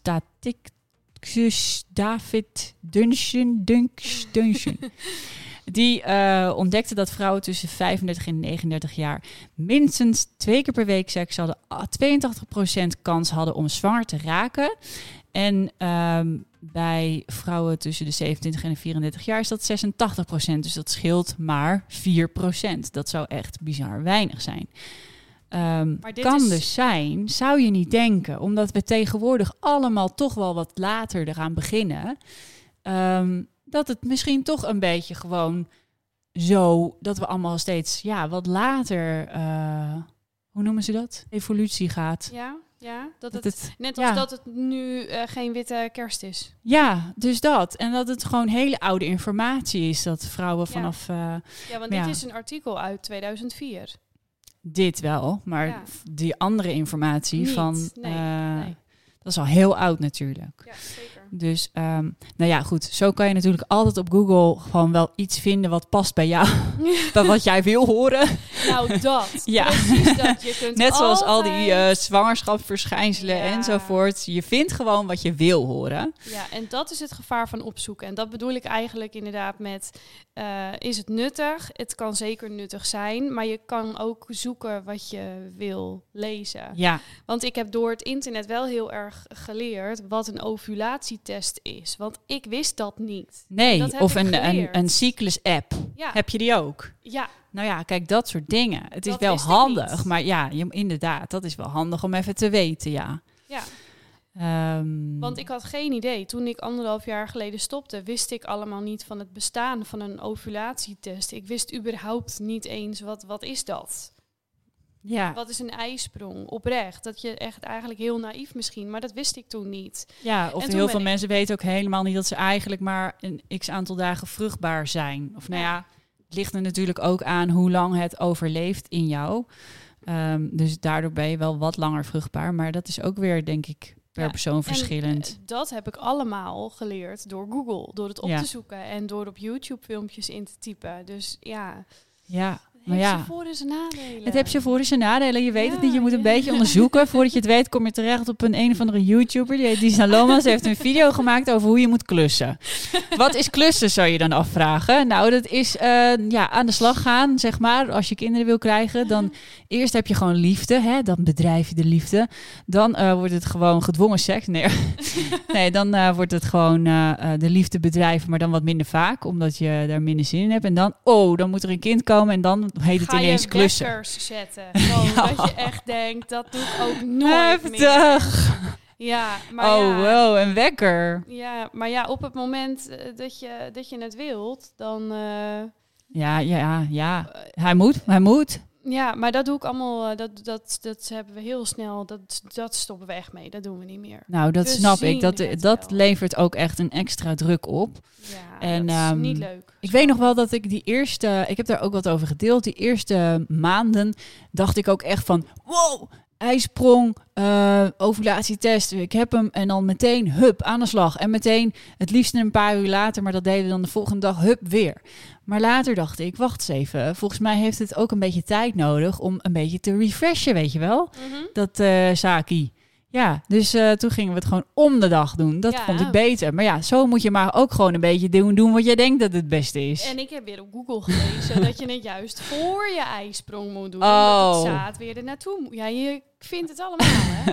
Statixus David Dunschen, Dunks, Dunschen. Die uh, ontdekte dat vrouwen tussen vijfendertig en negenendertig jaar minstens twee keer per week seks hadden, tweeëntachtig procent kans hadden om zwanger te raken. En um, bij vrouwen tussen de zevenentwintig en de vierendertig jaar is dat zesentachtig procent. Dus dat scheelt maar vier procent. Dat zou echt bizar weinig zijn. um, Maar dit kan is- dus zijn, zou je niet denken. Omdat we tegenwoordig allemaal toch wel wat later eraan beginnen. Um, dat het misschien toch een beetje gewoon zo... dat we allemaal steeds ja, wat later... Uh, hoe noemen ze dat? Evolutie gaat. Ja, ja. Dat Dat het, het, net als ja. dat het nu uh, geen witte kerst is. Ja, dus dat. En dat het gewoon hele oude informatie is. Dat vrouwen Ja. vanaf... Uh, Ja, want Ja. dit is een artikel uit tweeduizend vier. dit wel, maar Ja. die andere informatie Niet, van... nee, uh, nee. Dat is al heel oud natuurlijk. Ja, zeker. Dus, um, nou ja, goed. Zo kan je natuurlijk altijd op Google gewoon wel iets vinden wat past bij jou. bij wat jij wil horen. Nou, dat. Ja. Precies dat. Je kunt Net zoals al die altijd- uh, zwangerschapsverschijnselen Ja. enzovoort. Je vindt gewoon wat je wil horen. Ja, en dat is het gevaar van opzoeken. En dat bedoel ik eigenlijk inderdaad met... Uh, is het nuttig? Het kan zeker nuttig zijn. Maar je kan ook zoeken wat je wil lezen. Ja, Want ik heb door het internet wel heel erg geleerd... wat een ovulatietest is. Want ik wist dat niet. nee. Dat heb Of ik een, een, geleerd. een cyclus-app. Ja, Heb je die ook? ja, Nou ja, kijk, dat soort dingen. Het is Dat wel wist ik handig. niet. Maar ja, je, inderdaad, dat is wel handig om even te weten, ja. ja. Um, Want ik had geen idee. Toen ik anderhalf jaar geleden stopte, wist ik allemaal niet van het bestaan van een ovulatietest. Ik wist überhaupt niet eens wat, wat is dat? ja, Wat is een ijsprong? Oprecht. Dat je echt eigenlijk heel naïef misschien, maar dat wist ik toen niet. ja, of En toen heel ben veel ik- mensen weten ook helemaal niet dat ze eigenlijk maar een x aantal dagen vruchtbaar zijn. Of nou Ja. ja, het ligt er natuurlijk ook aan hoe lang het overleeft in jou. Um, dus daardoor ben je wel wat langer vruchtbaar. Maar dat is ook weer, denk ik, per Ja, persoon verschillend. En, uh, dat heb ik allemaal geleerd door Google, door het op Ja. te zoeken en door op YouTube filmpjes in te typen. Dus ja, ja, het maar heeft ja. zijn voor- en zijn nadelen. Het heeft je voor- en zijn nadelen. Je weet Ja, het niet. Je moet een ja. beetje onderzoeken. Voordat je het weet kom je terecht op een een of andere YouTuber. Die heet Disa Lomas. Ze heeft een video gemaakt over hoe je moet klussen. Wat is klussen, zou je dan afvragen? Nou, dat is uh, ja, aan de slag gaan, zeg maar. Als je kinderen wil krijgen, dan eerst heb je gewoon liefde. Hè? Dan bedrijf je de liefde. Dan uh, wordt het gewoon gedwongen seks. Nee, nee dan uh, wordt het gewoon uh, uh, de liefde bedrijven, maar dan wat minder vaak. Omdat je daar minder zin in hebt. En dan, oh, dan moet er een kind komen. En dan heet het Ga ineens je klussen. wekkers zetten. Gewoon Ja. dat je echt denkt, dat doe ik ook nooit meer. Heftig. Ja, maar Oh, ja, wow, een wekker. ja, maar ja, op het moment eh, dat je, dat je het wilt, dan... eh, Ja, ja, ja. Hij moet, hij moet. ja, maar dat doe ik allemaal, eh, dat, dat, dat hebben we heel snel, dat, dat stoppen we echt mee. Dat doen we niet meer. Nou, dat We snap zien ik. Dat, het dat wel. levert ook echt een extra druk op. Ja, En, dat is ehm, niet leuk. Ik weet nog wel dat ik die eerste... Ik heb daar ook wat over gedeeld. Die eerste maanden dacht ik ook echt van... Wow, ijsprong, uh, ovulatietest. Ik heb hem. En dan meteen, hup, aan de slag. En meteen, het liefst een paar uur later... maar dat deden we dan de volgende dag, hup, weer. Maar later dacht ik, wacht eens even. Volgens mij heeft het ook een beetje tijd nodig... om een beetje te refreshen, weet je wel? Mhm. Dat uh, Saki. Ja, dus uh, toen gingen we het gewoon om de dag doen. Dat Ja. vond ik beter. Maar ja, zo moet je maar ook gewoon een beetje doen, doen wat jij denkt dat het beste is. En ik heb weer op Google gelezen dat je het juist voor je ijsprong moet doen. Oh. Omdat het zaad weer er naartoe moet. Ja, je vindt het allemaal, hè?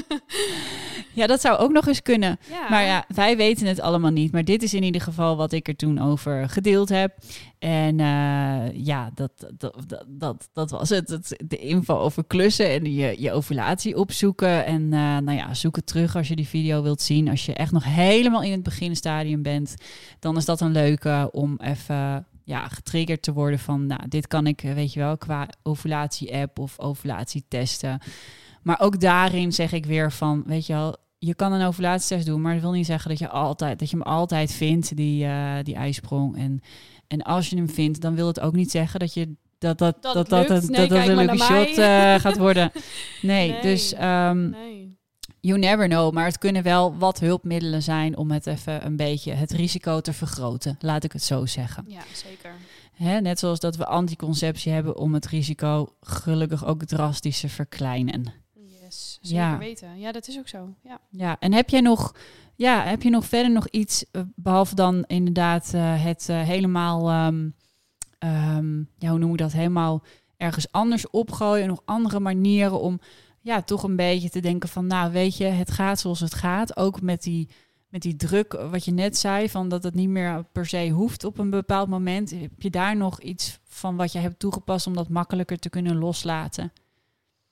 Ja, dat zou ook nog eens kunnen. Ja. Maar ja, wij weten het allemaal niet. Maar dit is in ieder geval wat ik er toen over gedeeld heb. En uh, ja, dat, dat, dat, dat, dat was het. het. De info over klussen en je, je ovulatie opzoeken. En uh, nou ja, zoek het terug als je die video wilt zien. Als je echt nog helemaal in het beginstadium bent, dan is dat een leuke om even... ja, getriggerd te worden van, nou, dit kan ik, weet je wel, qua ovulatie-app of ovulatietesten. Maar ook daarin zeg ik weer van, weet je wel, je kan een ovulatietest doen, maar dat wil niet zeggen dat je altijd, dat je hem altijd vindt, die, uh, die ijsprong. En, en als je hem vindt, dan wil het ook niet zeggen dat je dat dat Dat dat het dat, lukt. dat, Nee, dat, dat kijk een maar leuke naar shot mij. uh, gaat worden. Nee, Nee. dus um, Nee. you never know. Maar het kunnen wel wat hulpmiddelen zijn om het even een beetje het risico te vergroten. Laat ik het zo zeggen. Ja, zeker. Hè, net zoals dat we anticonceptie hebben om het risico gelukkig ook drastisch te verkleinen. Yes, zeker Ja. weten. Ja, dat is ook zo. Ja. Ja, en heb jij nog, ja, heb je nog verder nog iets, uh, behalve dan inderdaad uh, het uh, helemaal, um, um, ja, hoe noem ik dat, helemaal ergens anders opgooien, nog andere manieren om, ja, toch een beetje te denken van, nou, weet je, het gaat zoals het gaat, ook met die, met die druk, wat je net zei, van dat het niet meer per se hoeft op een bepaald moment. Heb je daar nog iets van wat je hebt toegepast om dat makkelijker te kunnen loslaten?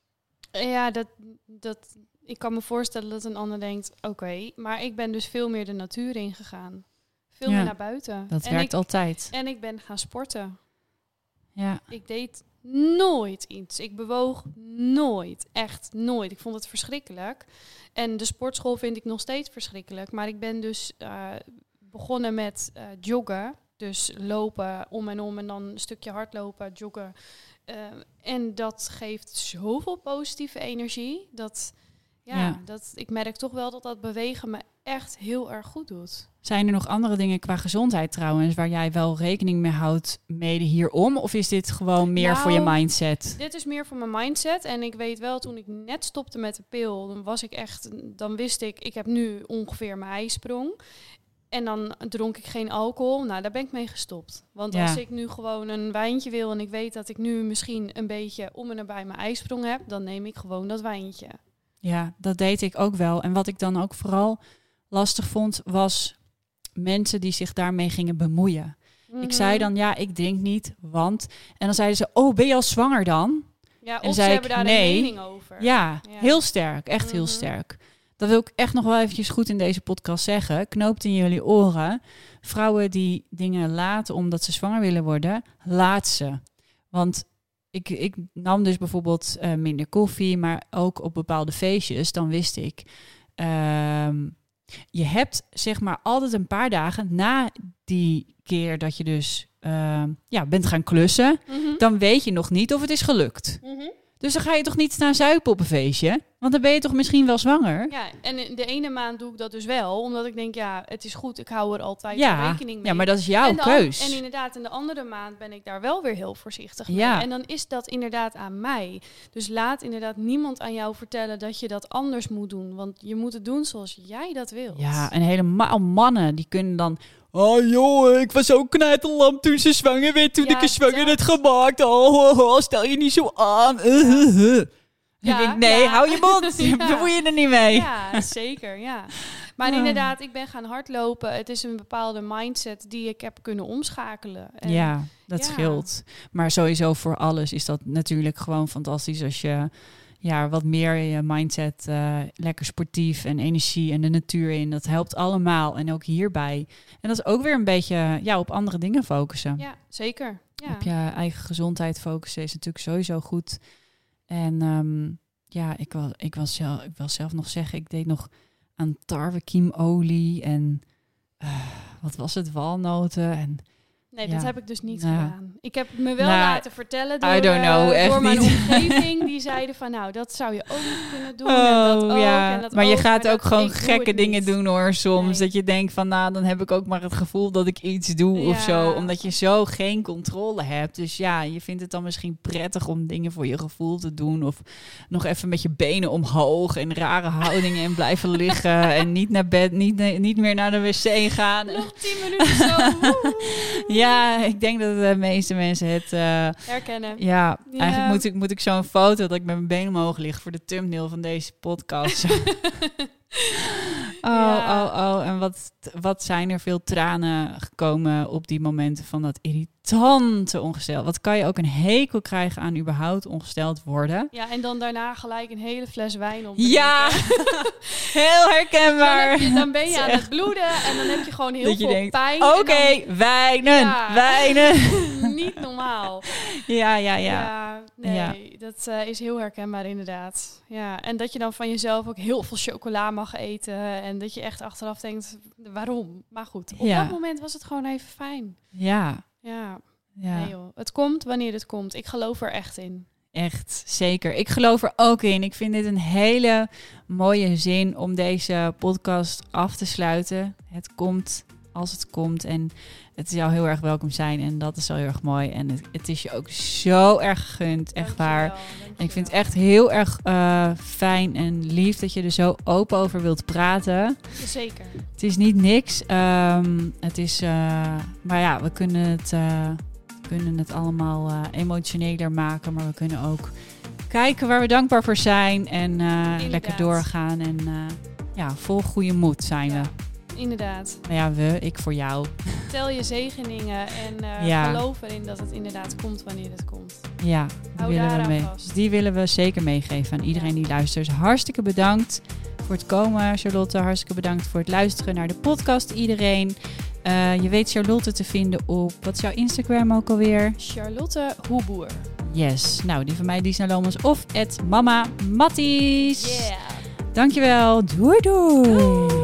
Ja, dat, dat, ik kan me voorstellen dat een ander denkt, oké, okay, maar ik ben dus veel meer de natuur ingegaan. Veel ja, meer naar buiten. Dat en werkt ik, altijd. En ik ben gaan sporten. Ja. Ik deed nooit iets. Ik bewoog nooit. Echt nooit. Ik vond het verschrikkelijk. En de sportschool vind ik nog steeds verschrikkelijk. Maar ik ben dus uh, begonnen met uh, joggen. Dus lopen om en om en dan een stukje hardlopen, joggen. Uh, en dat geeft zoveel positieve energie. Dat, ja, ja. dat, ik merk toch wel dat dat bewegen me echt heel erg goed doet. Zijn er nog andere dingen qua gezondheid trouwens, waar jij wel rekening mee houdt mede hierom? Of is dit gewoon meer nou, voor je mindset? Dit is meer voor mijn mindset. En ik weet wel, toen ik net stopte met de pil, dan was ik echt, dan wist ik, ik heb nu ongeveer mijn ijsprong. En dan dronk ik geen alcohol. Nou, daar ben ik mee gestopt. Want ja. als ik nu gewoon een wijntje wil en ik weet dat ik nu misschien een beetje om en nabij mijn ijsprong heb, dan neem ik gewoon dat wijntje. Ja, dat deed ik ook wel. En wat ik dan ook vooral lastig vond, was mensen die zich daarmee gingen bemoeien. Mm-hmm. Ik zei dan, ja, ik drink niet, want... En dan zeiden ze, oh, ben je al zwanger dan? Ja, en of zei ze ik, hebben daar nee. een mening over. Ja, ja. heel sterk, echt mm-hmm. heel sterk. Dat wil ik echt nog wel eventjes goed in deze podcast zeggen. Knoopt in jullie oren. Vrouwen die dingen laten omdat ze zwanger willen worden, laat ze. Want ik, ik nam dus bijvoorbeeld uh, minder koffie, maar ook op bepaalde feestjes. Dan wist ik, um, je hebt zeg maar altijd een paar dagen na die keer dat je dus uh, ja, bent gaan klussen. Mm-hmm. Dan weet je nog niet of het is gelukt. Mm-hmm. Dus dan ga je toch niet staan zuipen op een feestje? Want dan ben je toch misschien wel zwanger? Ja, en de ene maand doe ik dat dus wel. Omdat ik denk, ja, het is goed. Ik hou er altijd ja, rekening mee. Ja, maar dat is jouw en keus. An- en inderdaad, in de andere maand ben ik daar wel weer heel voorzichtig mee. Ja. En dan is dat inderdaad aan mij. Dus laat inderdaad niemand aan jou vertellen dat je dat anders moet doen. Want je moet het doen zoals jij dat wilt. Ja, en helemaal mannen, die kunnen dan... Oh joh, ik was zo knijterlam toen ze zwanger werd, toen ja, ik een zwanger had gemaakt. Oh, oh, oh, stel je niet zo aan. Uh, uh, uh. Ja, ik denk, nee, ja. hou je mond. Ja. Bemoei je er niet mee. Ja, zeker, ja. Maar ja. inderdaad, ik ben gaan hardlopen. Het is een bepaalde mindset die ik heb kunnen omschakelen. En ja, dat ja. scheelt. Maar sowieso voor alles is dat natuurlijk gewoon fantastisch als je... Ja, wat meer je mindset, uh, lekker sportief en energie en de natuur in. Dat helpt allemaal en ook hierbij. En dat is ook weer een beetje ja, op andere dingen focussen. Ja, zeker. Ja. Op je eigen gezondheid focussen is natuurlijk sowieso goed. En um, ja, ik wil, ik, wil zelf, ik wil zelf nog zeggen, ik deed nog aan tarwekiemolie en uh, wat was het, walnoten en... Nee, ja. dat heb ik dus niet nou, gedaan. Ik heb me wel nou, laten vertellen door, I don't know, uh, echt door mijn niet. omgeving. Die zeiden van, nou, dat zou je ook niet kunnen doen. Oh, en dat ook, ja. en dat maar ook, je gaat maar ook dat, gewoon gekke dingen niet. doen hoor, soms. Nee. Dat je denkt van, nou, dan heb ik ook maar het gevoel dat ik iets doe ja. of zo. Omdat je zo geen controle hebt. Dus ja, je vindt het dan misschien prettig om dingen voor je gevoel te doen. Of nog even met je benen omhoog en rare houdingen en blijven liggen. En niet naar bed, niet, niet meer naar de wc gaan. Nog tien minuten zo. Ja, ik denk dat de meeste mensen het... Uh, herkennen. Ja, ja. eigenlijk moet ik, moet ik zo'n foto dat ik met mijn benen omhoog lig voor de thumbnail van deze podcast. oh, ja. oh, oh. En wat, wat zijn er veel tranen gekomen op die momenten van dat irritante ongesteld. Wat kan je ook een hekel krijgen aan überhaupt ongesteld worden? Ja, en dan daarna gelijk een hele fles wijn op. Ja, heel herkenbaar. Dan, je, dan ben je aan het bloeden en dan heb je gewoon heel dat veel je denkt, pijn. Oké, okay, dan... wijnen, ja. wijnen. Niet normaal. Ja, ja, ja. Ja, nee, ja. dat uh, is heel herkenbaar inderdaad. Ja, en dat je dan van jezelf ook heel veel chocola mag eten. En dat je echt achteraf denkt, waarom? Maar goed, op ja. dat moment was het gewoon even fijn. Ja. Ja. ja. Nee joh, het komt wanneer het komt. Ik geloof er echt in. Echt, zeker. Ik geloof er ook in. Ik vind dit een hele mooie zin om deze podcast af te sluiten. Het komt als het komt en het zou heel erg welkom zijn en dat is al heel erg mooi. En het, het is je ook zo erg gegund, echt dankjewel, waar. Dankjewel. En ik vind het echt heel erg uh, fijn en lief dat je er zo open over wilt praten. Zeker. Het is niet niks. Um, het is, uh, maar ja, we kunnen het, uh, kunnen het allemaal uh, emotioneler maken, maar we kunnen ook kijken waar we dankbaar voor zijn en uh, lekker doorgaan en uh, ja, vol goede moed zijn ja. we. inderdaad. Nou ja, we, ik voor jou. Tel je zegeningen en uh, Ja. geloof erin dat het inderdaad komt wanneer het komt. Ja, die Hou willen we daaraan mee. vast. Die willen we zeker meegeven aan iedereen die luistert. Hartstikke bedankt voor het komen, Charlotte. Hartstikke bedankt voor het luisteren naar de podcast, iedereen. Uh, je weet Charlotte te vinden op, wat is jouw Instagram ook alweer? Charlotte Hoeboer. Yes, nou die van mij, Lies Nalomans of at Mama Matties. Yeah. Dankjewel, doei doei. Doei.